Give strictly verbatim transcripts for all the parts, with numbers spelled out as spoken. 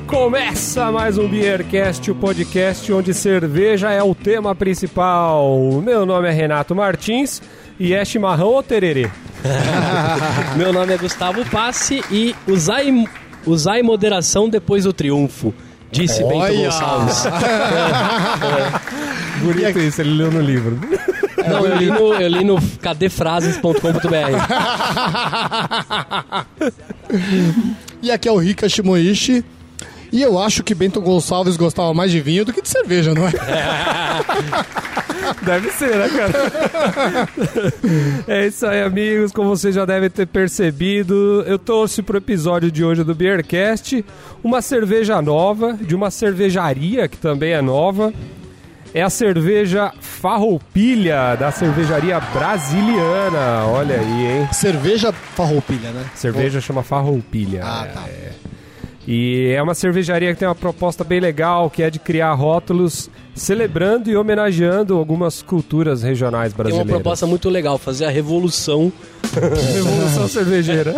Começa mais um Beercast, o podcast onde cerveja é o tema principal. Meu nome é Renato Martins e é chimarrão ou tererê? Meu nome é Gustavo Passe e usai, usai moderação depois do triunfo, disse Olha! Bento Gonçalves. Bonito isso, ele leu no livro. Não, eu li no, eu li no cadefrases ponto com ponto b r. E aqui é o Rika Shimoishi. E eu acho que Bento Gonçalves gostava mais de vinho do que de cerveja, não é? Deve ser, né, cara? É isso aí, amigos. Como vocês já devem ter percebido, eu trouxe pro episódio de hoje do Beercast uma cerveja nova, de uma cervejaria que também é nova. É a cerveja Farroupilha, da cervejaria brasiliana. Olha aí, hein? Cerveja Farroupilha, né? Cerveja chama Farroupilha. Ah, tá. É. E é uma cervejaria que tem uma proposta bem legal, que é de criar rótulos celebrando e homenageando algumas culturas regionais Tem brasileiras. uma proposta muito legal, fazer a revolução. Revolução cervejeira.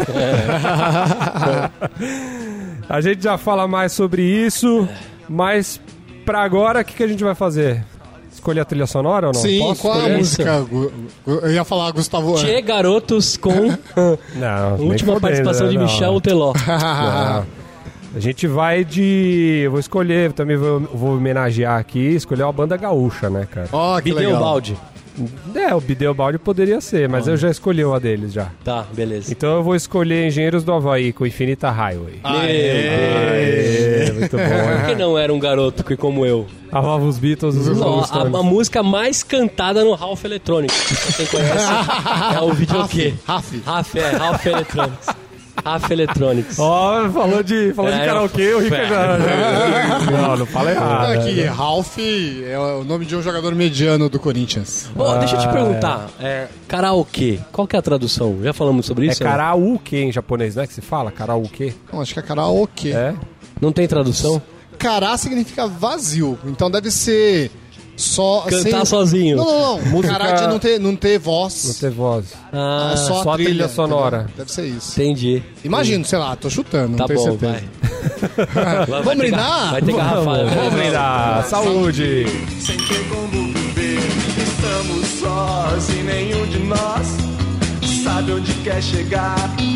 A gente já fala mais sobre isso, mas pra agora, o que, que a gente vai fazer? Escolher a trilha sonora ou não? Sim, Posso qual a escolher? música? Gu- gu- Eu ia falar Gustavo... Tchê Garotos com Não, nem última fodendo, participação de não. Michel Teló. Não. A gente vai de... Eu vou escolher, também vou, vou homenagear aqui, escolher uma banda gaúcha, né, cara? Ó, que Bideu legal. Balde. É, o Bideobaldi poderia ser, mas eu já escolhi uma deles já. Tá, beleza. Então eu vou escolher Engenheiros do Havaí com Infinita Highway. Aê. Muito bom, Por que hein? não era um garoto que como eu? Amava os Beatles, os Não, Rolling a, Stones. a música mais cantada no Ralph Electronics. Quem conhece é o videokê. Raf. Ralph, é, Ralph Electronics. Ralph Electronics. Ó, falou de, falou de É, karaokê, o Rica é. já... Não, não fala errado. Aqui, Ralph é o nome de um jogador mediano do Corinthians. Ô, deixa eu te Ah, perguntar, é, karaokê, qual que é a tradução? Já falamos sobre É isso? karaokê em japonês, não é que se fala? Karaokê? Não, acho que é karaokê. É? Não tem tradução? Kará significa vazio, então deve ser só... Cantar sem- sozinho. Não, não, não. Música- Kará de não ter, não ter voz. Não ter voz. Ah, É só, só a trilha sonora. entendeu? Deve ser isso. entendi. Imagino, sei lá, tô chutando, Tá não tenho bom, certeza. vai. Vai Vamos ter brindar? gar- Vai ter garrafa. Vamos brindar. Saúde. Sem ter como viver, estamos sós e nenhum de nós sabe onde quer chegar.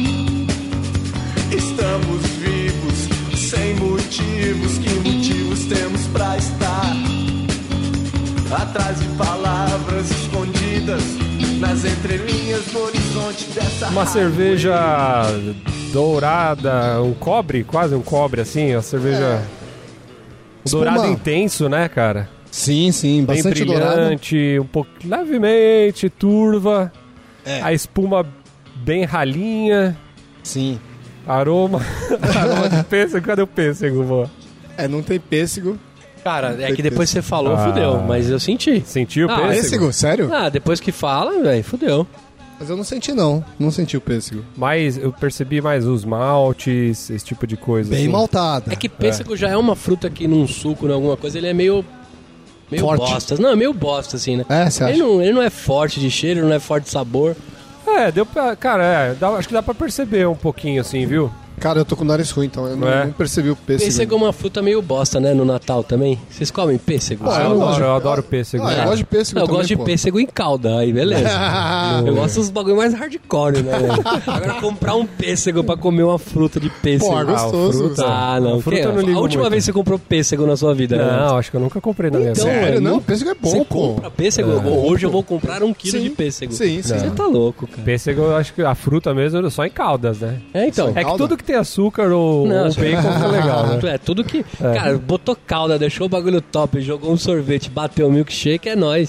Estamos vivos, sem motivos, que motivos temos pra estar atrás de palavras escondidas nas entrelinhas do horizonte dessa Uma highway. cerveja dourada, um cobre, quase um cobre assim, a cerveja dourado Espuma. intenso, né, cara? Sim, sim, Bem bastante dourado. brilhante, um pouco levemente turva, É. a espuma bem ralinha, Sim. aroma, aroma de pêssego, cadê o pêssego, vô? É, não tem pêssego. Cara, é que depois você falou, Ah. fudeu, mas eu senti. Sentiu o Ah, pêssego? Pêssego? Sério? Ah, depois que fala, velho, fudeu. Mas eu não senti, não. Não senti o pêssego. Mas eu percebi mais os maltes, esse tipo de coisa. Bem assim. maltado. É que pêssego já é uma fruta que num suco, em alguma coisa, ele é meio... Meio Forte. bosta. Não, é meio bosta, assim, né? É, você Ele acha? não, ele não é forte de cheiro, ele não é forte de sabor. É, deu pra... Cara, é, dá- acho que dá pra perceber um pouquinho assim, viu? Cara, eu tô com o nariz ruim, então eu não, É. não percebi o pêssego. Pêssego é uma fruta meio bosta, né? No Natal também. Vocês comem pêssego? Ah, eu, eu adoro, gosto. eu adoro pêssego. Ah, eu gosto de pêssego Não, eu também, gosto de pô. pêssego em calda, aí beleza. Eu gosto dos bagulho mais hardcore, né? velho? Agora comprar um pêssego pra comer uma fruta de pêssego. Pô, é gostoso. fruta. Ah, não. A fruta Quem- eu não ligo a última muito. vez que você comprou pêssego na sua vida, né? Não, acho que eu nunca comprei na minha Então, vida. Sério? é, Não, não- pêssego é bom, Você pô. compra pêssego? Hoje eu vou comprar um quilo Sim. de pêssego. Sim, sim. Você tá louco, cara. Pêssego, eu acho que a fruta mesmo é só em caldas, né? É, então. É que Calda? tudo que tem açúcar ou, Não, ou bacon fica legal, né? É, tudo que... Cara, botou calda, deixou o bagulho top, jogou um sorvete, bateu o milkshake, é nóis.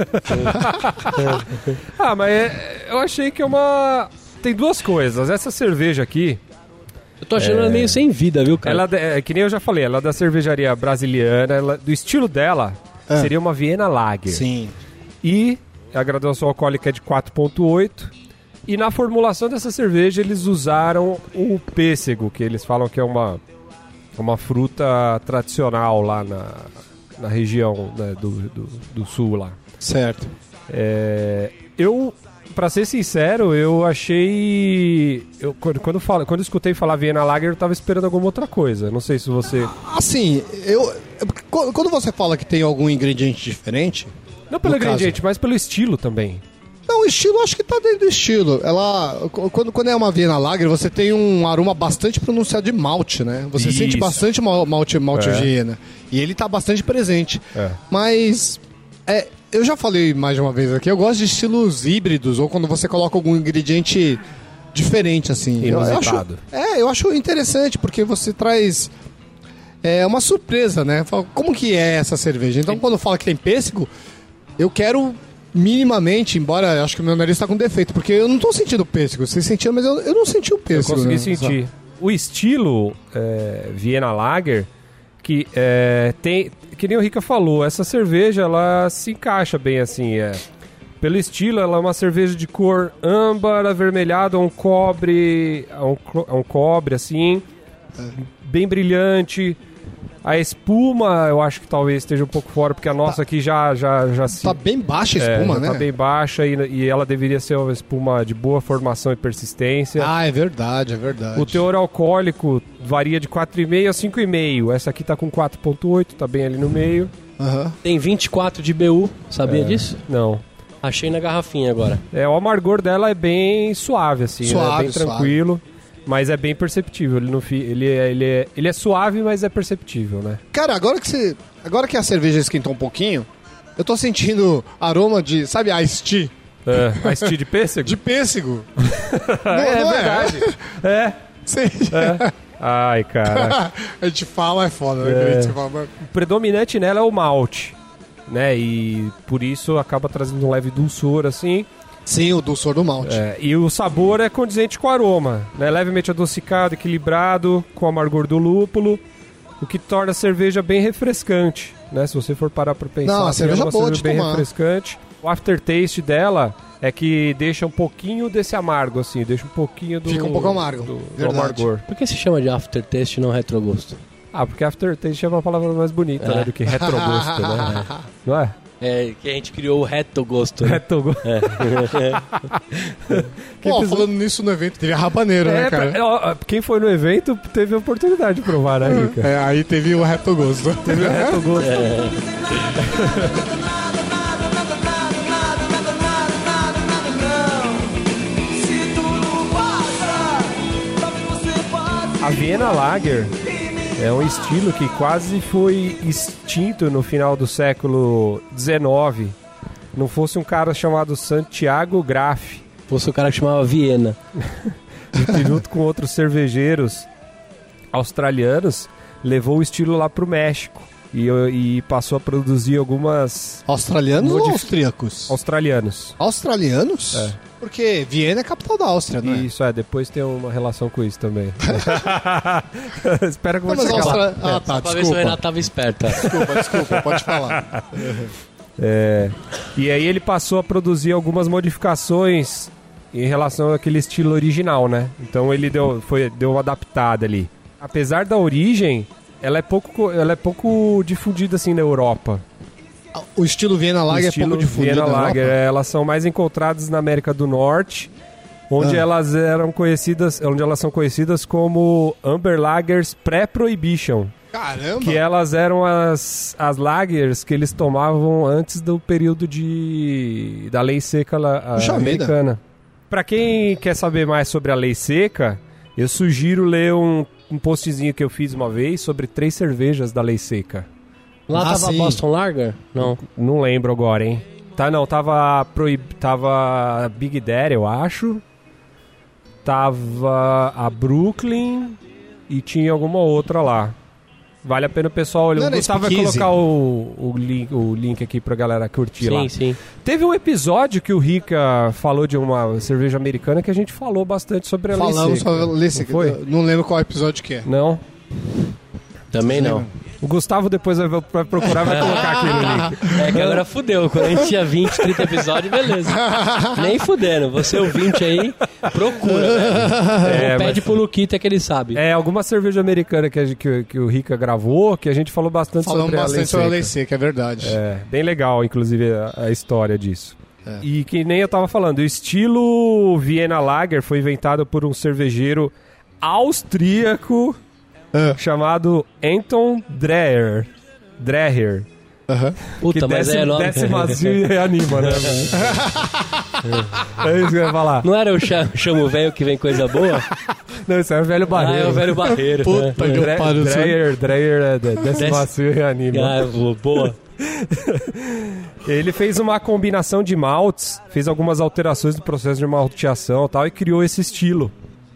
Ah, mas é- eu achei que é uma... Tem duas coisas. Essa cerveja aqui, Eu tô achando ela meio sem vida, viu, cara? ela é, que nem eu já falei, ela é da cervejaria brasiliana, ela- do estilo dela, Ah. seria uma Viena Lager. Sim. E a graduação alcoólica é de quatro ponto oito. E na formulação dessa cerveja eles usaram o pêssego, que eles falam que é uma, uma fruta tradicional lá na, na região, né, do, do, do sul lá. Certo. É, eu pra ser sincero, eu achei... Eu, quando, quando, falo, quando eu escutei falar Vienna Lager, eu tava esperando alguma outra coisa. Não sei se você... Assim, eu... Quando você fala que tem algum ingrediente diferente... Não pelo no caso- ingrediente, mas pelo estilo também. Não, o estilo acho que tá dentro do estilo. Ela, quando, quando é uma Vienna Lager, você tem um aroma bastante pronunciado de malte, né? Você Isso. sente bastante mal- malte, malte É. Viena. E ele tá bastante presente. É. Mas, é, eu já falei mais de uma vez aqui, eu gosto de estilos híbridos, ou quando você coloca algum ingrediente diferente, assim. Eu, eu acho, Inusitado. é, eu acho interessante, porque você traz... É uma surpresa, né? Fala, como que é essa cerveja? Então, quando fala que tem pêssego, eu quero... minimamente, embora eu acho que o meu nariz tá com defeito, porque eu não tô sentindo pêssego. Vocês sentiram, mas eu, eu não senti o Eu pêssego. consegui né? sentir. O estilo é, Vienna Lager, que é, tem... Que nem o Rica falou, essa cerveja, ela se encaixa bem assim, é... Pelo estilo, ela é uma cerveja de cor âmbar, avermelhado, a um cobre... A um, cro- a um cobre, assim... Bem brilhante... A espuma, eu acho que talvez esteja um pouco fora, porque a nossa aqui já, já, já se... Tá bem baixa a espuma, é, já né? Tá bem baixa e, e ela deveria ser uma espuma de boa formação e persistência. Ah, é verdade, é verdade. O teor alcoólico varia de quatro vírgula cinco a cinco vírgula cinco. Essa aqui tá com quatro vírgula oito, tá bem ali no meio. Aham. Tem vinte e quatro de B U, sabia É. disso? Não. Achei na garrafinha agora. É, o amargor dela é bem suave, assim, né? Suave, Bem suave. tranquilo. Mas é bem perceptível. Ele, não fi, ele, é, ele, é, ele é suave, mas é perceptível, né? Cara, agora que você. Agora que a cerveja esquentou um pouquinho, eu tô sentindo aroma de. Sabe, Ice Tea? É. Ice tea de pêssego? De pêssego. Não- é, não verdade. É. Sim. é. Ai, cara. A gente fala, é foda, né? É. A gente fala, mas- O predominante nela é o malte, né? E por isso acaba trazendo um leve dulçor, assim. Sim, o dulçor do malte. É, e o sabor é condizente com o aroma, né? Levemente adocicado, equilibrado, com o amargor do lúpulo, o que torna a cerveja bem refrescante, né? Se você for parar pra pensar, Não, a assim, cerveja é uma boa cerveja de bem tomar. refrescante. O aftertaste dela é que deixa um pouquinho desse amargo, assim, deixa um pouquinho do... Fica um pouco amargo, do, do verdade. amargor. Por que se chama de aftertaste e não retrogosto? Ah, porque aftertaste é uma palavra mais bonita, É. né? Do que retrogosto, né? Não é? É que a gente criou o retrogosto. Né? Retrogosto. Pô, falando nisso no evento, teve a rabaneira, né, É, cara? pra- ó, quem foi no evento teve a oportunidade de provar, né, Rica? É, aí teve o reto gosto. Teve o retrogosto. Se tudo passa, talvez você possa. A Vienna Lager é um estilo que quase foi extinto no final do século dezenove. Não fosse um cara chamado Santiago Graf, Fosse o cara que chamava Viena. que junto com outros cervejeiros australianos levou o estilo lá pro México e, e passou a produzir algumas Australianos ou Modif- austríacos? australianos. Australianos? É. Porque Viena é a capital da Áustria, não é? Isso, é, depois tem uma relação com isso também. Espero que Não, você mas chegar lá. Austra... Ah, tá, pra ver se o desculpa. Renato tava esperto. Desculpa, desculpa, pode falar. É, e aí ele passou a produzir algumas modificações em relação àquele estilo original, né? Então ele deu, foi, deu uma adaptada ali. Apesar da origem, ela é pouco, ela é pouco difundida assim na Europa. O estilo Vienna O Lager é estilo pouco difundido Vienna na Lager, Europa? é, elas são mais encontradas na América do Norte, onde Ah. elas eram conhecidas, onde elas são conhecidas como Amber Lagers pré-prohibition. Caramba! Que elas eram as, as lagers que eles tomavam antes do período de da lei seca la- a- Puxa vida. americana. Pra quem quer saber mais sobre a lei seca, eu sugiro ler um, um postzinho que eu fiz uma vez sobre três cervejas da lei seca. Lá Ah, tava sim. Boston Lager? Não. Não lembro agora, hein? Tá, não, tava proib... tava Big Daddy, eu acho. Tava a Brooklyn e tinha alguma outra lá. Vale a pena o pessoal olhar. Não O era Gustavo vai Speakeasy? colocar o, o, link, o link aqui pra galera curtir Sim, lá. sim. Teve um episódio que o Rica falou de uma cerveja americana que a gente falou bastante sobre a lei Falamos seca. sobre a lei Não seca. foi? Eu Não lembro qual episódio que é. Não? Também não. O Gustavo depois vai, vai procurar, vai colocar aqui no link. É que agora fudeu. Quando a gente tinha vinte, trinta episódios, beleza. Nem fudendo. Você ouvinte aí, procura. Né? É, Ou pede mas- pro Luquita que ele sabe. É, alguma cerveja americana que, a gente- que, que o Rica gravou, que a gente falou bastante Falamos sobre a lei bastante sobre a lei seca. seca, é verdade. É, bem legal, inclusive, a, a história disso. É. E que nem eu tava falando, o estilo Vienna Lager foi inventado por um cervejeiro austríaco É. chamado Anton Dreher. Dreher. Aham. Puta, que mas desce, é nome. desce macio e reanima, né? É isso que eu ia falar. Não era o cha- chamo velho que vem coisa boa? Não, isso é o velho Ah, barreiro. é o velho barreiro. Puta né? que Dre- pariu. Dreher, Dreher é de- desce Desce- macio e reanima. Ah, boa. Ele fez uma combinação de maltes, fez algumas alterações no processo de malteação e tal, e criou esse estilo.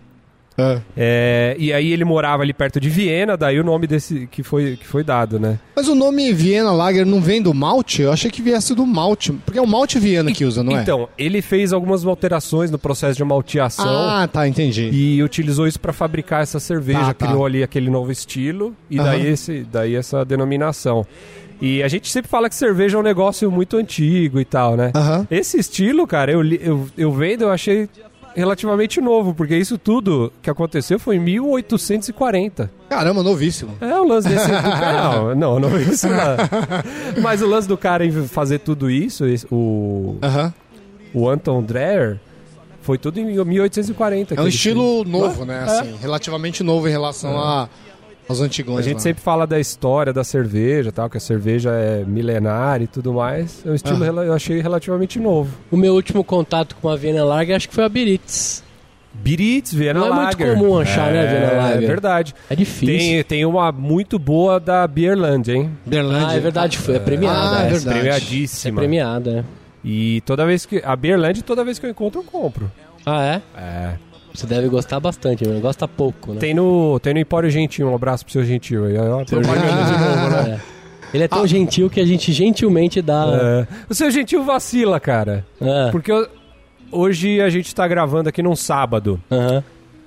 É. É, e aí ele morava ali perto de Viena, daí o nome desse que foi, que foi dado, né? Mas o nome Vienna Lager não vem do malte? Eu achei que viesse do malte. Porque é o malte Viena que usa, não é? Então, ele fez algumas alterações no processo de malteação Ah, tá, entendi. e utilizou isso para fabricar essa cerveja, Tá, tá. criou ali aquele novo estilo e Aham. daí, esse, daí essa denominação. E a gente sempre fala que cerveja é um negócio muito antigo e tal, né? Aham. Esse estilo, cara, eu, li- eu, eu vendo, eu achei relativamente novo, porque isso tudo que aconteceu foi em mil oitocentos e quarenta. Caramba, novíssimo. É o lance desse do cara. Não, não, não é isso não. Mas o lance do cara em fazer tudo isso, esse- o, Aham. o Anton Dreher, foi tudo em mil oitocentos e quarenta. É que um ele estilo fez. novo, né? Assim, relativamente novo em relação a, aos antigões. A gente lá. sempre fala da história da cerveja, tal, que a cerveja é milenária e tudo mais. É um estilo Ah. rela- eu achei relativamente novo. O meu último contato com a Vienna Lager acho que foi a Biritz. Biritz, Vienna Não é muito Lager. comum achar, né, Vienna Lager? É verdade. É difícil. Tem, tem uma muito boa da Beerland, hein? Berlândia. Ah, é verdade, foi. É premiada. Ah, é é. verdade. É Premiadíssima. premiada, é. E toda vez que... A Beerland, toda vez que eu encontro, eu compro. Ah, é? É. Você deve gostar bastante, mas gosta pouco, né? Tem no, tem no Empório Gentil, um abraço pro seu Gentil aí. Ó, Seu propaganda de novo, né? É. Ele é tão gentil que a gente gentilmente dá... É. O seu Gentil vacila, cara. É. Porque eu- hoje a gente tá gravando aqui num sábado. Aham.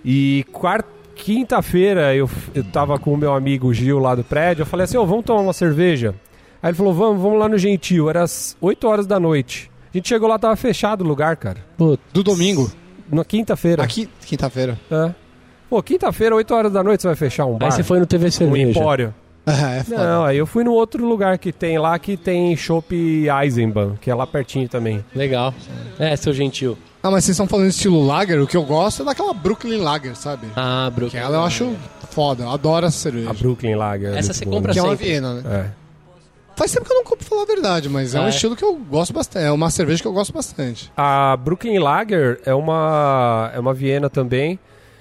E quarta, quinta-feira eu, eu tava com o meu amigo Gil lá do prédio. Eu falei assim, ô, vamos tomar uma cerveja? Aí ele falou, vamos, vamos lá no Gentil. Era às oito horas da noite. A gente chegou lá, tava fechado o lugar, cara. Pô, Do domingo. Na quinta-feira. Aqui, quinta-feira. É. Pô, quinta-feira, oito horas da noite, você vai fechar um bar? aí você foi no T V Um Cerveja. empório? É, é foda. Não, aí eu fui no outro lugar que tem lá, que tem Chopp Eisenbahn, que é lá pertinho também. Legal. É, seu gentil. Ah, mas vocês estão falando de estilo Lager, o que eu gosto é daquela Brooklyn Lager, sabe? Ah, Brook. Que ela eu acho foda, eu adoro essa cerveja. A Brooklyn Lager. é Essa muito você boa, compra Que é uma sempre. Viena, né? né? É. Faz tempo que eu não compro, pra falar a verdade, mas é Ah, um é? estilo que eu gosto bastante. É uma cerveja que eu gosto bastante. A Brooklyn Lager é uma, é uma Viena também.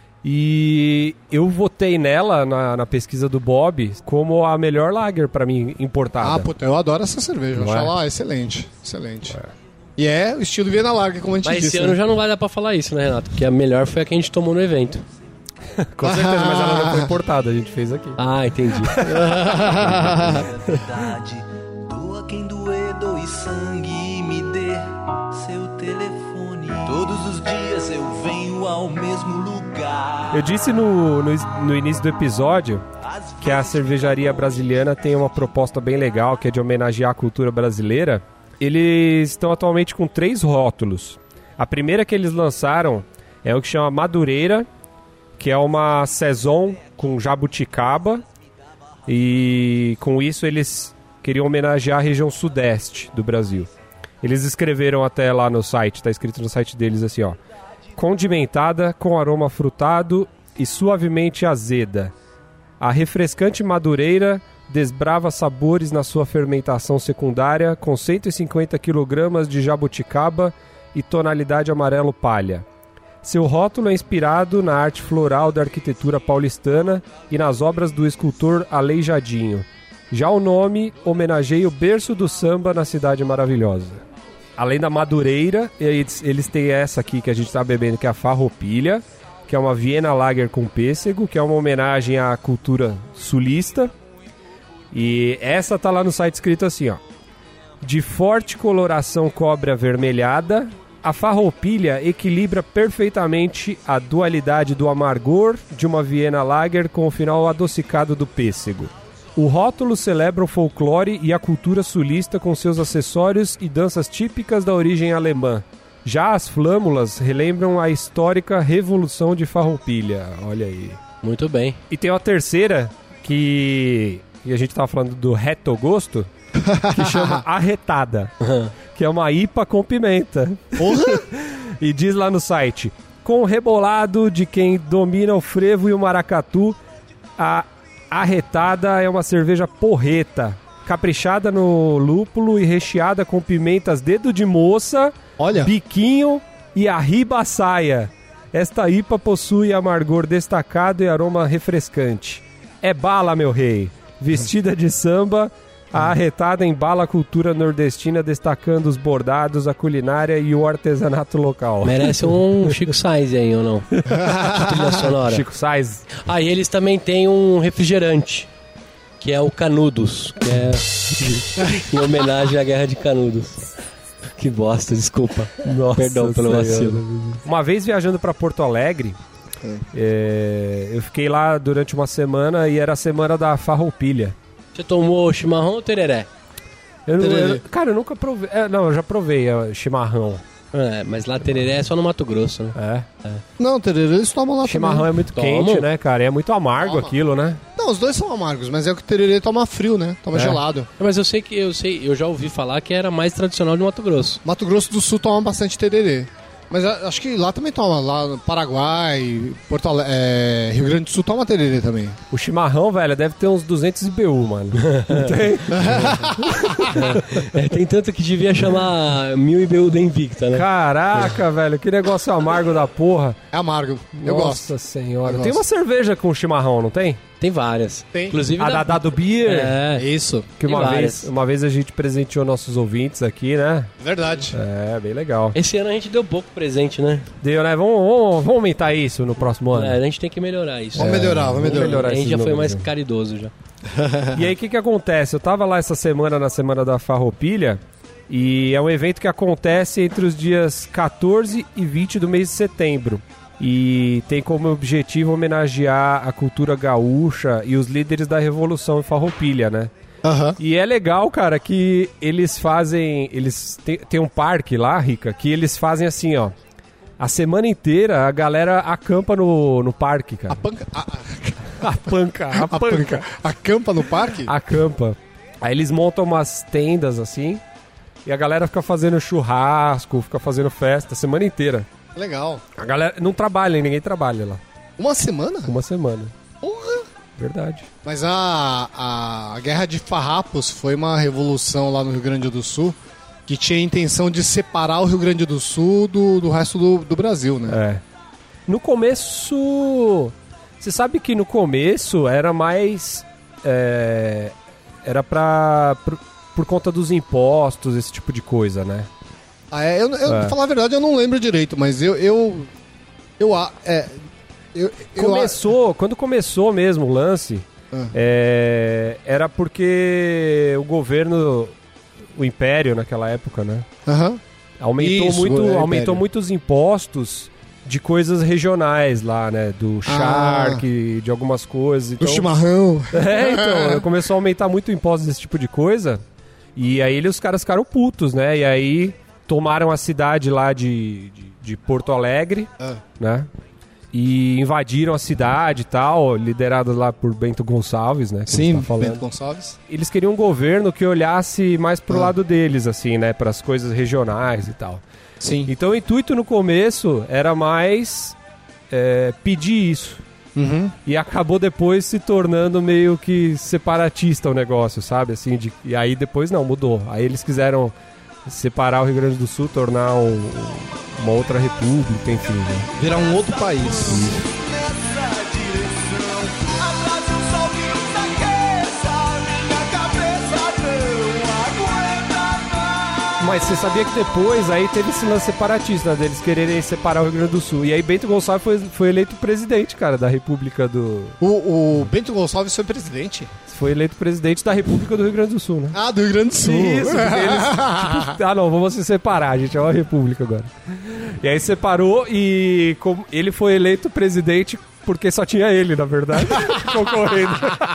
E eu votei nela na, na pesquisa do Bob como a melhor lager pra mim importada. Ah, puta, eu adoro essa cerveja. Eu Não acho é? ela excelente, excelente. E é o estilo Viena Lager, como a gente Mas disse. esse ano né? já não vai dar pra falar isso, né, Renato? Porque a melhor foi a que a gente tomou no evento. Com certeza, mas ela não foi importada, a gente fez aqui. Ah, entendi. É verdade. Doa quem doer, doe sangue e me dê seu telefone. Todos os dias eu venho ao mesmo lugar. Eu disse no, no, no início do episódio que a cervejaria brasiliana tem uma proposta bem legal, que é de homenagear a cultura brasileira. Eles estão atualmente com três rótulos. A primeira que eles lançaram é o que chama Madureira, que é uma saison com jabuticaba. E com isso eles queriam homenagear a região sudeste do Brasil. Eles escreveram até lá no site, tá escrito no site deles assim, ó. Condimentada com aroma frutado e suavemente azeda. A refrescante madureira desbrava sabores na sua fermentação secundária com cento e cinquenta quilogramas de jabuticaba e tonalidade amarelo palha. Seu rótulo é inspirado na arte floral da arquitetura paulistana e nas obras do escultor Aleijadinho. Já o nome homenageia o berço do samba na Cidade Maravilhosa. Além da madureira, eles, eles têm essa aqui que a gente está bebendo, que é a Farroupilha, que é uma Vienna Lager com pêssego, que é uma homenagem à cultura sulista. E essa tá lá no site escrito assim, ó. De forte coloração cobre avermelhada, a Farroupilha equilibra perfeitamente a dualidade do amargor de uma Vienna Lager com o final adocicado do pêssego. O rótulo celebra o folclore e a cultura sulista com seus acessórios e danças típicas da origem alemã. Já as flâmulas relembram a histórica Revolução de Farroupilha. Olha aí. Muito bem. E tem uma terceira que... E a gente tava falando do reto gosto, que chama Arretada. que é uma I P A com pimenta. Porra! E diz lá no site: com rebolado de quem domina o frevo e o maracatu, a arretada é uma cerveja porreta, caprichada no lúpulo e recheada com pimentas dedo de moça, Olha. biquinho e arriba-saia. Esta I P A possui amargor destacado e aroma refrescante. É bala, meu rei. Vestida de samba, a arretada embala a cultura nordestina, destacando os bordados, a culinária e o artesanato local. Merece um Chico Sainz aí, ou não? Trilha sonora. Chico Sainz. Ah, e eles também têm um refrigerante, que é o Canudos, que é em homenagem à Guerra de Canudos. Que bosta, desculpa. Nossa Perdão pelo Senhora. vacilo. Uma vez viajando pra Porto Alegre, é, eu fiquei lá durante uma semana e era a semana da farroupilha. Você tomou chimarrão ou tereré? Eu, não- Tereré. eu- cara, eu nunca provei. É, não, eu já provei é, chimarrão. É, mas lá tereré é só no Mato Grosso, né? É. Não, tererê, eles tomam lá Chimarrão também. é muito Toma. quente, né, cara? E é muito amargo Toma. aquilo, né? Não, os dois são amargos, mas é o que o tererê toma frio, né? Toma É. gelado. Mas eu sei que eu sei, eu já ouvi falar que era mais tradicional de Mato Grosso. Mato Grosso do Sul toma bastante tererê. Mas a- acho que lá também toma. Lá no Paraguai, Porto Ale... é, Rio Grande do Sul toma tererê também. O chimarrão, velho, deve ter uns duzentos I B U, mano. Não tem? É, tem tanto que devia chamar Mil I B U da Invicta, né? Caraca, velho, que negócio amargo da porra. É amargo. Eu gosto. Nossa senhora. Eu Tem gosto. uma cerveja com chimarrão, não tem? Tem várias. Tem. Inclusive A da Dado Beer. É, Isso. Que tem uma várias. vez, uma vez a gente presenteou nossos ouvintes aqui, né? Verdade. É, bem legal. esse ano a gente deu pouco presente, né? Deu, né? Vamos, vamos, vamos aumentar isso no próximo ano. É, a gente tem que melhorar isso. Vamos melhorar, vamos melhorar. melhorar A gente esses já foi números, mais né? caridoso já. E aí, o que que acontece? Eu tava lá essa semana, na Semana da Farroupilha, e é um evento que acontece entre os dias quatorze e vinte do mês de setembro. E tem como objetivo homenagear a cultura gaúcha e os líderes da Revolução em Farroupilha, né? Aham. E é legal, cara, que eles fazem... Eles tem, tem um parque lá, Rica, que eles fazem assim, ó. A semana inteira a galera acampa no, no parque, cara. A panca. A, a- A panca, a a panca. panca. Acampa no parque? Acampa. Aí eles montam umas tendas assim e a galera fica fazendo churrasco, fica fazendo festa a semana inteira. Legal. A galera não trabalha, ninguém trabalha lá. Uma semana? Uma semana. Porra. Verdade. Mas a, a, a Guerra de Farrapos foi uma revolução lá no Rio Grande do Sul que tinha a intenção de separar o Rio Grande do Sul do, do resto do, do Brasil, né? É. No começo... Você sabe que no começo era mais... é, era pra... Por, por conta dos impostos, esse tipo de coisa, né? Ah, é, eu, eu É. pra falar a verdade, eu não lembro direito, mas eu. Eu. Eu. a- É, eu, eu a- Começou, quando começou mesmo o lance, Ah. é, era porque o governo, o Império naquela época, né? Aham. Aumentou, Isso, muito, é, aumentou Império. muitos impostos de coisas regionais lá, né? Do charque, de algumas coisas. O Então, chimarrão. é, então, começou a aumentar muito o imposto desse tipo de coisa. E aí eles, os caras ficaram putos, né? E aí tomaram a cidade lá de, de, de Porto Alegre, Ah. né? E invadiram a cidade e tal, liderado lá por Bento Gonçalves, né? que a gente Sim, tá falando. Bento Gonçalves. Eles queriam um governo que olhasse mais pro Ah. lado deles, assim, né? Para as coisas regionais e tal. Sim. Então o intuito no começo era mais é, pedir isso. Uhum. E acabou depois se tornando meio que separatista o negócio, sabe? Assim, de, e aí depois não, mudou. Aí eles quiseram separar o Rio Grande do Sul, tornar um, uma outra república, enfim. Né? Virar um outro país. Nessa direção, atrás do sol que nos aqueça, minha cabeça não aguenta mais. Mas você sabia que depois aí teve esse lance separatista, né, deles quererem separar o Rio Grande do Sul. E aí Bento Gonçalves foi, foi eleito presidente, cara, da República do... O, o Bento Gonçalves foi presidente? Foi eleito presidente da República do Rio Grande do Sul, né? Ah, do Rio Grande do Sul. Isso, porque eles, tipo, ah não, vamos se separar, gente, é uma república agora. E aí separou e com- ele foi eleito presidente porque só tinha ele, na verdade, concorrendo.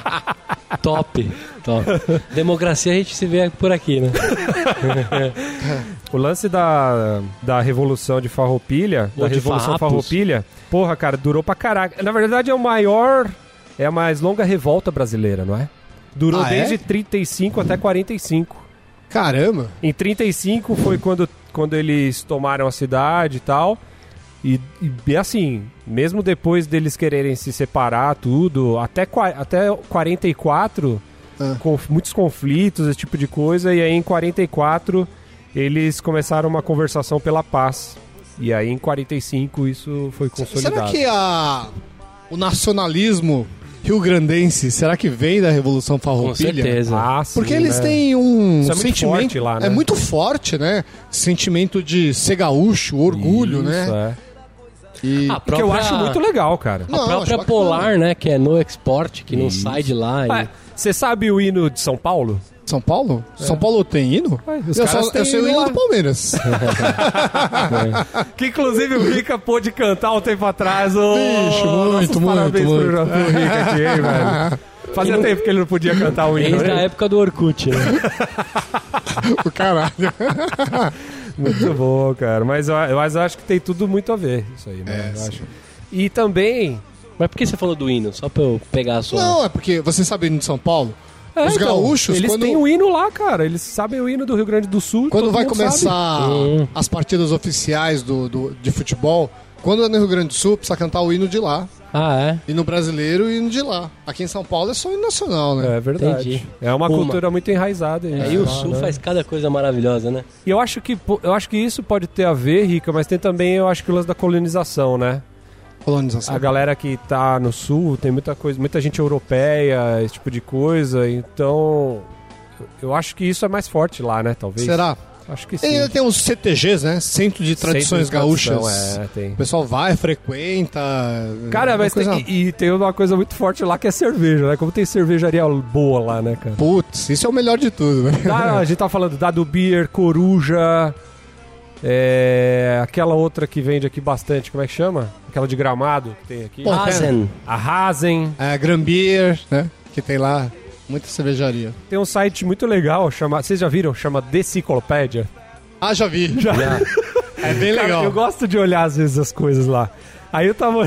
Top, top. Democracia a gente se vê por aqui, né? O lance da, da Revolução de Farroupilha, Ou da de Revolução Farrapos. Farroupilha, porra, cara, durou pra caraca. Na verdade é o maior, é a mais longa revolta brasileira, não é? Durou Ah, é? desde trinta e cinco até quarenta e cinco. Caramba! Em trinta e cinco foi quando, quando eles tomaram a cidade e tal. E, e assim, mesmo depois deles quererem se separar, tudo, até, até quarenta e quatro, ah. com muitos conflitos, esse tipo de coisa, e aí em quarenta e quatro eles começaram uma conversação pela paz. E aí em quarenta e cinco isso foi consolidado. Será que a, o nacionalismo rio-grandense, será que vem da Revolução Farroupilha? Com certeza. Ah, sim, porque eles né? têm um Isso é muito sentimento... forte lá, né? É muito forte, né? Sentimento de ser gaúcho, orgulho, isso, né? É. E... A Que eu acho muito legal, cara. A Não, própria acho Polar, bacana. né? Que é no export, que não Isso. sai de lá. e- Você sabe o hino de São Paulo? São Paulo? São Paulo tem hino? Ué, os eu, caras só, têm eu sei o hino hino lá. do Palmeiras. Que inclusive o Rica pôde cantar um tempo atrás. Oh, Bicho, muito, nossos muito, parabéns muito. pro, pro Rica aqui, hein, velho. Fazia tempo que ele não podia cantar o hino. Desde a hein? época do Orkut, né? O caralho. Muito bom, cara. Mas eu, eu acho que tem tudo muito a ver isso aí, né? É, Eu sim. acho. E também... Mas por que você falou do hino? Só pra eu pegar a sua... Não, é porque você sabe o hino de São Paulo? É, Os então, gaúchos, eles quando- têm o hino lá, cara. Eles sabem o hino do Rio Grande do Sul. Quando todo vai mundo começar sabe. Hum. as partidas oficiais do, do, de futebol, quando é no Rio Grande do Sul, precisa cantar o hino de lá. Ah, é? Hino brasileiro e hino de lá. Aqui em São Paulo é só hino nacional, né? É verdade. Entendi. É uma Uma. cultura muito enraizada. É, isso e o lá, Sul né? faz cada coisa maravilhosa, né? E eu acho que pô, eu acho que isso pode ter a ver, Rica, mas tem também, eu acho que o lance da colonização, né? Colonização. A galera que tá no sul tem muita coisa, muita gente europeia, esse tipo de coisa, então eu- eu acho que isso é mais forte lá, né, talvez. Será? Acho que E sim. ainda tem os C T Gs, né? Centro de Tradições Centro de tradição, Gaúchas. É, tem. O pessoal vai, frequenta. Cara, uma mas coisa... tem, e, e tem uma coisa muito forte lá que é cerveja, né? Como tem cervejaria boa lá, né, cara? Putz, isso é o melhor de tudo, né? Da- a gente tá falando Dado Beer, Coruja, é, aquela outra que vende aqui bastante, como é que chama? Aquela de Gramado que tem aqui. Pô, Hazen. A Hazen. É, Grambier, né? Que tem lá muita cervejaria. Tem um site muito legal, chama, vocês já viram? Chama Deciclopédia. Ah, já vi. Já. É bem Cara, legal. eu gosto de olhar às vezes as coisas lá. Aí eu tava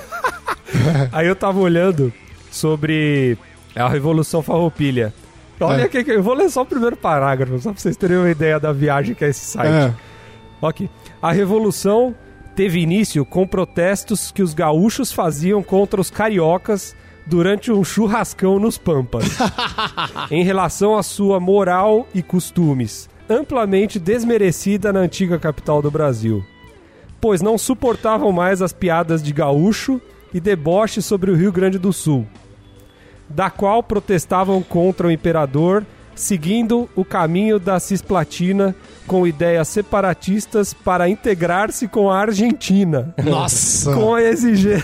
Aí eu tava olhando sobre a Revolução Farroupilha. Olha É. aqui, que eu vou ler só o primeiro parágrafo, só pra vocês terem uma ideia da viagem que é esse site. É. Ok. A Revolução teve início com protestos que os gaúchos faziam contra os cariocas durante um churrascão nos Pampas, em relação à sua moral e costumes, amplamente desmerecida na antiga capital do Brasil, pois não suportavam mais as piadas de gaúcho e deboche sobre o Rio Grande do Sul, da qual protestavam contra o imperador, seguindo o caminho da Cisplatina com ideias separatistas para integrar-se com a Argentina, Nossa. com a exigência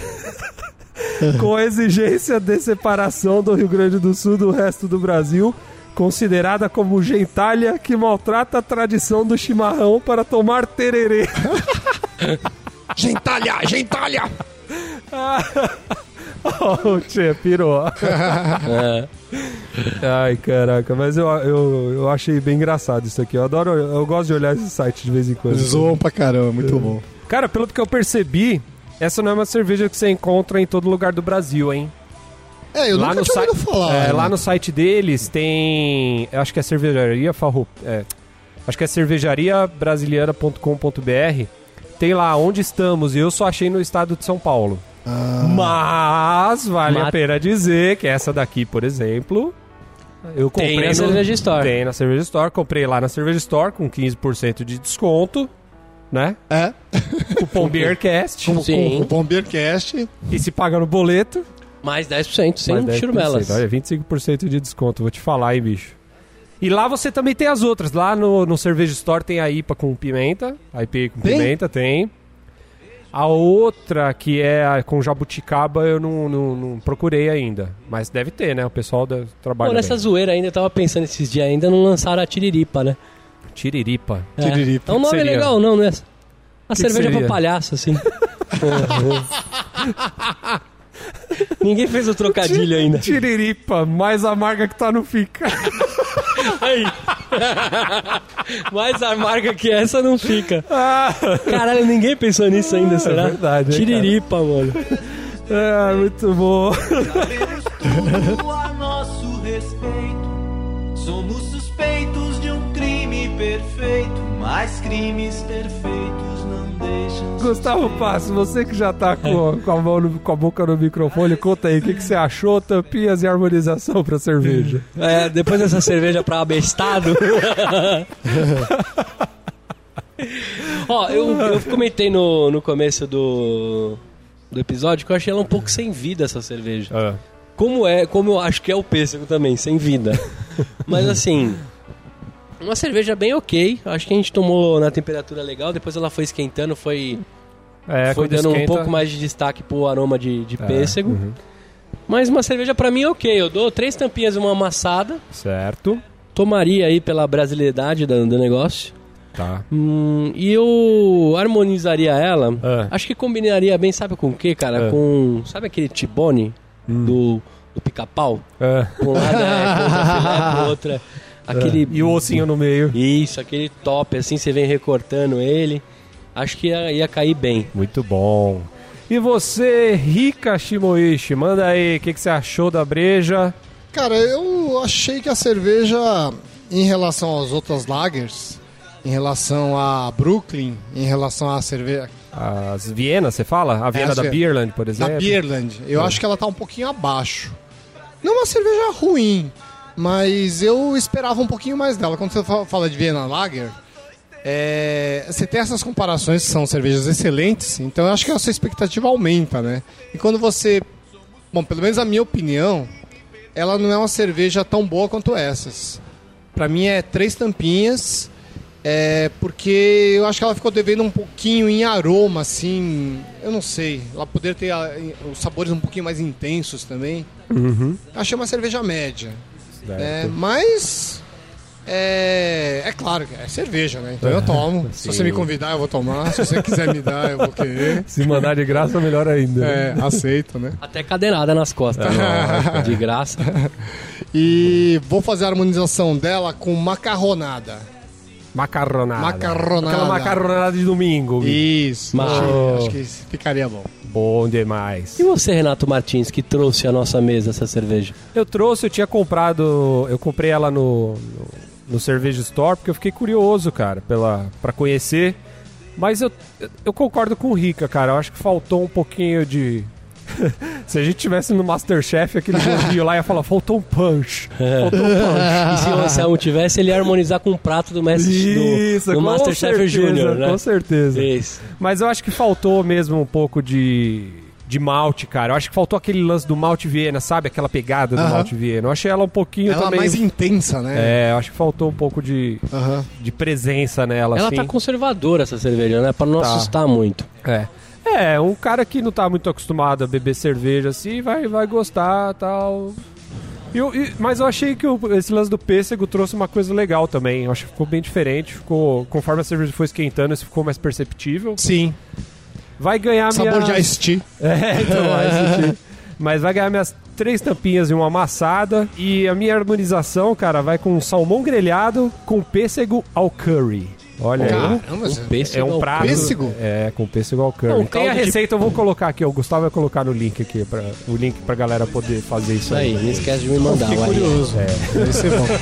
com a exigência de separação do Rio Grande do Sul do resto do Brasil, considerada como gentalha que maltrata a tradição do chimarrão para tomar tererê. Gentalha, gentalha. Oh, tchê, pirou. É. Ai, caraca, mas eu, eu, eu achei bem engraçado isso aqui. Eu adoro, eu gosto de olhar esse site de vez em quando. Zoam pra caramba, muito bom. Cara, pelo que eu percebi, essa não é uma cerveja que você encontra em todo lugar do Brasil, hein? É, eu lá nunca no tinha site, ouvido falar. é, né? lá no site deles tem, eu acho que é cervejaria Farroup, é, acho que é cervejaria brasiliana ponto com ponto b r. Tem lá onde estamos e eu só achei no estado de São Paulo. Ah, Mas vale Mas- a pena dizer que essa daqui, por exemplo, eu comprei Tem na no, Cerveja Store. Tem na Cerveja Store, comprei lá na Cerveja Store com quinze por cento de desconto, né? é. Cupom BeerCast. Com, Sim. com o Bom Beercast. E se paga no boleto, Mais dez por cento, sem mais dez por cento. churumelas. Olha, vinte e cinco por cento de desconto, vou te falar, hein, bicho. E lá você também tem as outras. Lá no, no Cerveja Store tem a I P A com pimenta. A I P A com Tem? pimenta, tem. A outra, que é a com jabuticaba, eu não, não, não procurei ainda. Mas deve ter, né? O pessoal da, trabalha Pô, nessa bem. zoeira ainda, eu tava pensando esses dias ainda, não lançaram a tiriripa, né? Tiriripa. É. Tiriripa. É um nome Que seria? legal, não, né? A Que cerveja que pra seria? palhaço, assim. Ninguém fez o trocadilho ainda. Tiriripa, mais amarga que tá no fica. Aí. Mais amarga que essa não fica. Caralho, ninguém pensou nisso ainda, será? verdade, hein, Tiriripa, mano. É, muito bom. Sabemos tudo a nosso respeito. Somos suspeitos de um crime perfeito, mas crimes perfeitos não deixam. Gustavo Passo, você que já tá com, com, a mão no, com a boca no microfone, conta aí, o que, que você achou, tampinhas e harmonização pra cerveja? É, depois dessa cerveja pra abestado... Ó, eu, eu comentei no, no começo do, do episódio que eu achei ela um pouco sem vida, essa cerveja. É. Como é, como eu acho que é o pêssego também, sem vida. Mas assim, uma cerveja bem ok. Acho que a gente tomou na temperatura legal, depois ela foi esquentando, foi, É, foi quando dando esquenta- um pouco mais de destaque pro aroma de, de É, pêssego. uhum. Mas uma cerveja pra mim é ok. Eu dou três tampinhas e uma amassada. Certo. Tomaria aí pela brasileiridade do, do negócio. Tá. Hum, e eu harmonizaria ela. Ah. Acho que combinaria bem, sabe com o que, cara? Ah. Com. Sabe aquele T-bone Hum. do, do pica-pau? É. Por um lado é contra filé, por outro é aquele. E o ossinho no meio. Isso, aquele top, assim, você vem recortando ele. Acho que ia, ia cair bem. Muito bom. E você, Rika Shimoishi, manda aí, o que, que você achou da breja? Cara, eu achei que a cerveja, em relação às outras lagers, em relação a Brooklyn, em relação à cerveja As Vienas, você fala? A Viena as da Vie- Beerland, por da exemplo? Beerland, eu É. acho que ela tá um pouquinho abaixo. Não é uma cerveja ruim, mas eu esperava um pouquinho mais dela. Quando você fa- fala de Vienna Lager, é, você tem essas comparações que são cervejas excelentes, então eu acho que a sua expectativa aumenta, né? E quando você... Bom, pelo menos a minha opinião, ela não é uma cerveja tão boa quanto essas. Pra mim é três tampinhas, é, porque eu acho que ela ficou devendo um pouquinho em aroma, assim, eu não sei. Ela poderia ter ah, os sabores um pouquinho mais intensos também. Uhum. Achei uma cerveja média. Certo. É, mas é, é claro que é cerveja, né? Então eu tomo. Se Sim. você me convidar, eu vou tomar. Se você quiser me dar, eu vou querer. Se mandar de graça, melhor ainda. É, aceito, né? Até cadeirada nas costas. É, De graça. E vou fazer a harmonização dela com macarronada. Macarronada. Macarronada. Aquela macarronada de domingo. Isso. Mas- Achei- acho que ficaria bom. Bom demais. E você, Renato Martins, que trouxe à nossa mesa essa cerveja? Eu trouxe, eu tinha comprado, eu comprei ela no, no, no Cerveja Store, porque eu fiquei curioso, cara, pela, pra conhecer. Mas eu, eu concordo com o Rica, cara. Eu acho que faltou um pouquinho de... Se a gente tivesse no Masterchef, aquele joguinho lá ia falar, faltou um punch. Faltou um punch. E se o Anselmo tivesse, ele ia harmonizar com um prato do mestre Isso, do, do com Masterchef certeza, Júnior, né? Com certeza. Isso. Mas eu acho que faltou mesmo um pouco de, de malte, cara. Eu acho que faltou aquele lance do malte Viena, sabe? Aquela pegada do Aham. malte Viena. Eu achei ela um pouquinho Ela é também... mais intensa, né? É, eu acho que faltou um pouco de, Aham. de presença nela, Ela assim. tá conservadora, essa cerveja, né? Pra não Tá. assustar muito. É. É, um cara que não tá muito acostumado a beber cerveja assim, vai, vai gostar tal. E eu- e- mas eu achei que o- esse lance do pêssego trouxe uma coisa legal também. Eu acho que ficou bem diferente. Ficou, conforme a cerveja foi esquentando, isso ficou mais perceptível. Sim. Vai ganhar Sabor minha... de iced tea. É, então, Ice Tea. Mas vai ganhar minhas três tampinhas e uma amassada. E a minha harmonização, cara, vai com salmão grelhado com pêssego ao curry. Olha aí. Caramba, O pêssego É um ao prato. Pêssego? É, com pêssego ao curry. Não, um Tem a caldo de- receita, eu vou colocar aqui. O Gustavo vai colocar no link aqui. Pra, o link pra galera poder fazer isso Isso aí, aí. não esquece de me mandar. Fiquei o R. curioso. É. Deve ser bom.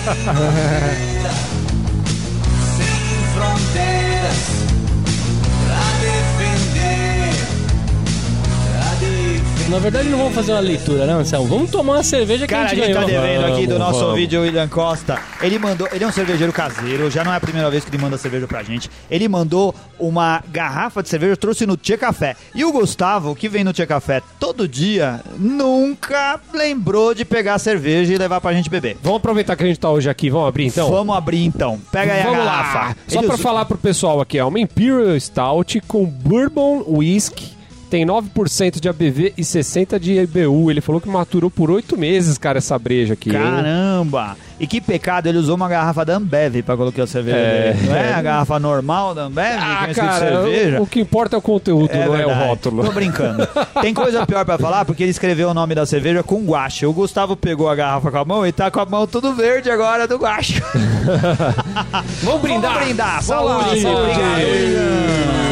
Sem fronteiras pra defender, pra defender. Na verdade, não vamos fazer uma leitura, né, Anselmo? Vamos tomar uma cerveja que Cara, a a gente gente tá ganhou. devendo aqui do Vamos, nosso vamos. ouvinte, o William Costa. Ele mandou, ele é um cervejeiro caseiro, já não é a primeira vez que ele manda cerveja pra gente. Ele mandou uma garrafa de cerveja, trouxe no Tchê Café. E o Gustavo, que vem no Tchê Café todo dia, nunca lembrou de pegar a cerveja e levar pra gente beber. Vamos aproveitar que a gente tá hoje aqui. Vamos abrir então? Vamos abrir então. Pega aí Vamos a garrafa. lá. Só Ele pra usou- falar pro pessoal aqui, ó. Uma Imperial Stout com Bourbon Whisky. Tem nove por cento de A B V e sessenta de I B U. Ele falou que maturou por oito meses, cara, essa breja aqui. hein? Caramba! E que pecado, ele usou uma garrafa da Ambev pra colocar a cerveja É. dele. Não é a garrafa normal da Ambev, Ah, que é escrito cara, cerveja? o, o que importa é o conteúdo, não é o verdade. rótulo. Tô brincando. Tem coisa pior pra falar, porque ele escreveu o nome da cerveja com guache. O Gustavo pegou a garrafa com a mão e tá com a mão tudo verde agora do guache. Vamos brindar! Vamos brindar. Vamos lá, Saúde. saúde. Obrigado.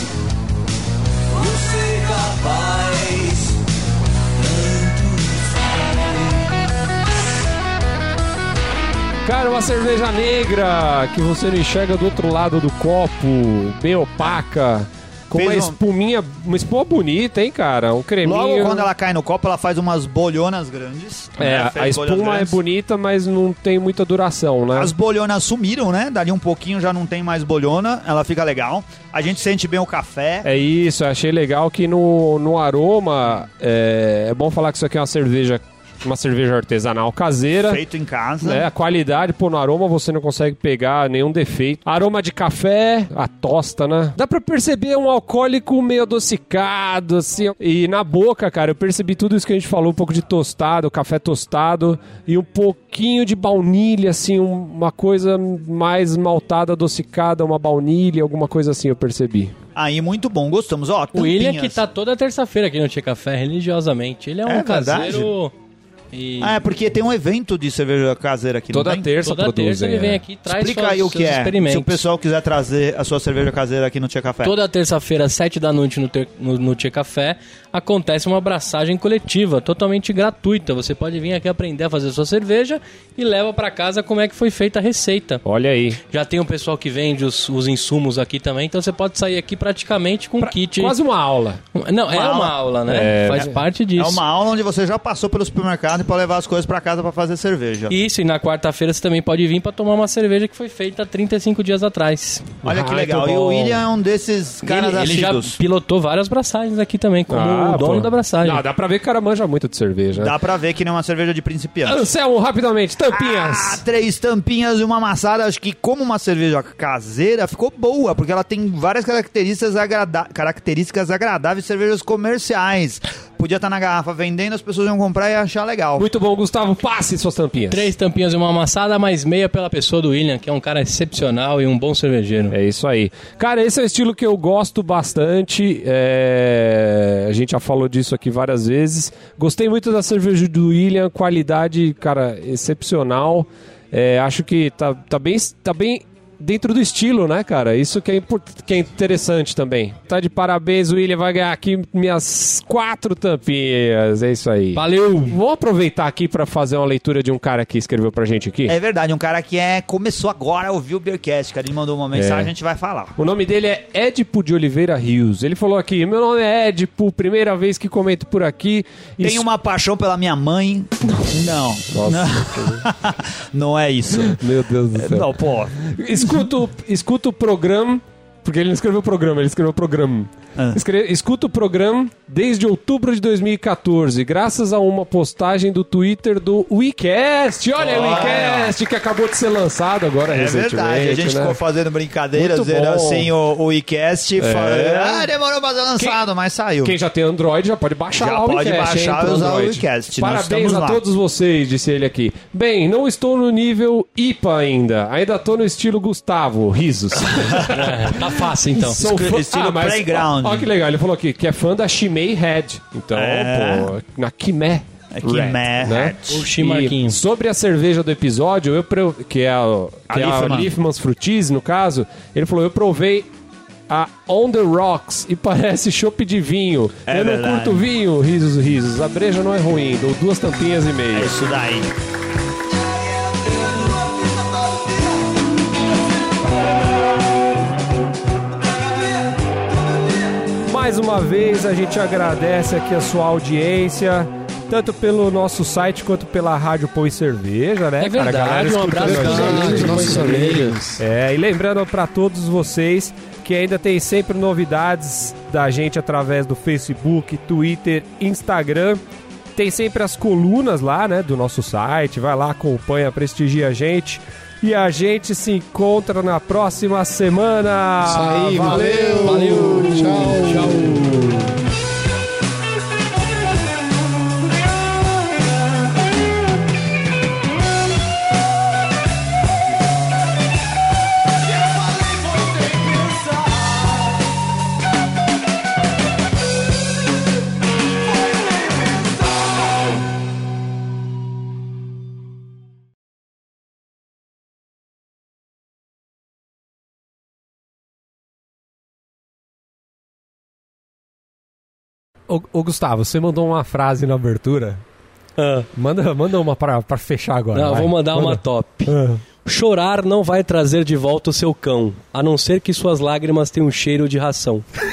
Não ser capaz, Cara, uma Aquela cerveja negra que você não enxerga do outro lado do copo, bem opaca. Com Fez uma um- espuminha, uma espuma bonita, hein, cara? Um creminho. Logo quando ela cai no copo, ela faz umas bolhonas grandes. É, né? a Fez bolhas espuma é grandes. bonita, mas não tem muita duração, né? As bolhonas sumiram, né? Dali um pouquinho já não tem mais bolhona, ela fica legal. A gente sente bem o café. É isso, eu achei legal que no, no aroma, é, é bom falar que isso aqui é uma cerveja, uma cerveja artesanal caseira. Feito em casa. Né? A qualidade, pô, no aroma você não consegue pegar nenhum defeito. Aroma de café, a tosta, né? Dá pra perceber um alcoólico meio adocicado, assim. E na boca, cara, eu percebi tudo isso que a gente falou, um pouco de tostado, café tostado e um pouquinho de baunilha, assim, um- uma coisa mais maltada, adocicada, uma baunilha, alguma coisa assim eu percebi. Aí, muito bom, gostamos. Ó, O William tampinhas. que tá toda terça-feira aqui no Tia Café, religiosamente. Ele é um É caseiro... E Ah, é porque tem um evento de cerveja caseira aqui, Toda não tem? terça toda produzem. terça ele vem é. aqui e traz Explica suas, aí o seus que é, experimentos. se o pessoal quiser trazer a sua cerveja caseira aqui no Tia Café. Toda terça-feira, às sete da noite, no, ter, no, no Tia Café, acontece uma abraçagem coletiva, totalmente gratuita. Você pode vir aqui aprender a fazer sua cerveja e leva pra casa como é que foi feita a receita. Olha aí. Já tem um pessoal que vende os, os insumos aqui também, então você pode sair aqui praticamente com um kit. Quase uma aula. Não, é Uma uma aula. aula, né? É. Faz parte disso. É uma aula onde você já passou pelo supermercado e pode levar as coisas pra casa pra fazer cerveja. Isso, e na quarta-feira você também pode vir pra tomar uma cerveja que foi feita há trinta e cinco dias atrás. Olha que Ah, legal. muito E o bom. William é um desses caras ele, ele já assíduos. pilotou várias braçagens aqui também, como Ah, o dono pô. da braçagem. Não, dá pra ver que o cara manja muito de cerveja. Dá pra ver que não é uma cerveja de principiante. Anselmo, rapidamente, Ah, tampinhas. três tampinhas e uma amassada. Acho que como uma cerveja caseira ficou boa, porque ela tem várias características, agrada- características agradáveis de cervejas comerciais. Podia estar na garrafa vendendo, as pessoas iam comprar e achar legal. Muito bom, Gustavo, passe suas tampinhas. Três tampinhas e uma amassada, mais meia pela pessoa do William, que é um cara excepcional e um bom cervejeiro. É isso aí. Cara, esse é o estilo que eu gosto bastante. é, A gente já falou disso aqui várias vezes. Gostei muito da cerveja do William, qualidade, cara, excepcional. É, Acho que tá, tá, bem, tá bem dentro do estilo, né, cara? Isso que é, import- que é interessante também. Tá de parabéns, o William vai ganhar aqui minhas quatro tampinhas. É isso aí. Valeu! Vou aproveitar aqui pra fazer uma leitura de um cara que escreveu pra gente aqui. É verdade, um cara que é, começou agora a ouvir o Beercast, cara. Ele mandou uma mensagem, É. a gente vai falar. O nome dele é Edipo de Oliveira Rios. Ele falou aqui: meu nome é Edipo, primeira vez que comento por aqui. Tem Isso- uma paixão pela minha mãe? Não. Nossa. Não. Não é isso. Meu Deus do céu. Não, pô. Escuto, escuto o programa. Porque ele não escreveu programa, ele escreveu programa. Ah. Escre- escuto o programa desde outubro de dois mil e catorze, graças a uma postagem do Twitter do WeCast. Olha o Olha. WeCast, que acabou de ser lançado agora É recentemente. verdade, a gente né? ficou fazendo brincadeiras, Muito era bom. assim o, o iCast, É. falando, ah, demorou pra ser lançado, mas saiu. Quem já tem Android já pode baixar Já lá o pode WeCast, baixar hein, pro e usar o Android. WeCast, nós Parabéns estamos a lá. todos vocês, disse ele aqui. Bem, não estou no nível I P A ainda. Ainda estou no estilo Gustavo, risos. É, tá fácil então. Sou Esco- estilo Playground. Olha que legal, ele falou aqui que é fã da Chimay Head. Então, É. pô, na Quimé. É Quimé Red, né? Head. O Chimarquinho. E sobre a cerveja do episódio, eu pro- que é a, que A é a Liefman. Liefmans Frutis, no caso, ele falou, eu provei a On The Rocks e parece chopp de vinho. É eu não verdade. curto vinho, risos, risos. A breja não é ruim, dou duas tampinhas e meia. É isso daí. Mais uma vez, a gente agradece aqui a sua audiência, tanto pelo nosso site quanto pela Rádio Põe Cerveja, né? É cara? A galera verdade, um escutando abraço a para gente. os nossos amigos. É, e lembrando para todos vocês que ainda tem sempre novidades da gente através do Facebook, Twitter, Instagram. Tem sempre as colunas lá, né, do nosso site. Vai lá, acompanha, prestigia a gente. E a gente se encontra na próxima semana. Isso aí, valeu! valeu. Tchau. Tchau! Ô, ô, Gustavo, você mandou uma frase na abertura. Ah, Manda, manda uma pra, pra fechar agora. não, vai. vou mandar Manda. uma top. Ah. O Chorar não vai trazer de volta o seu cão, a não ser que suas lágrimas tenham um cheiro de ração.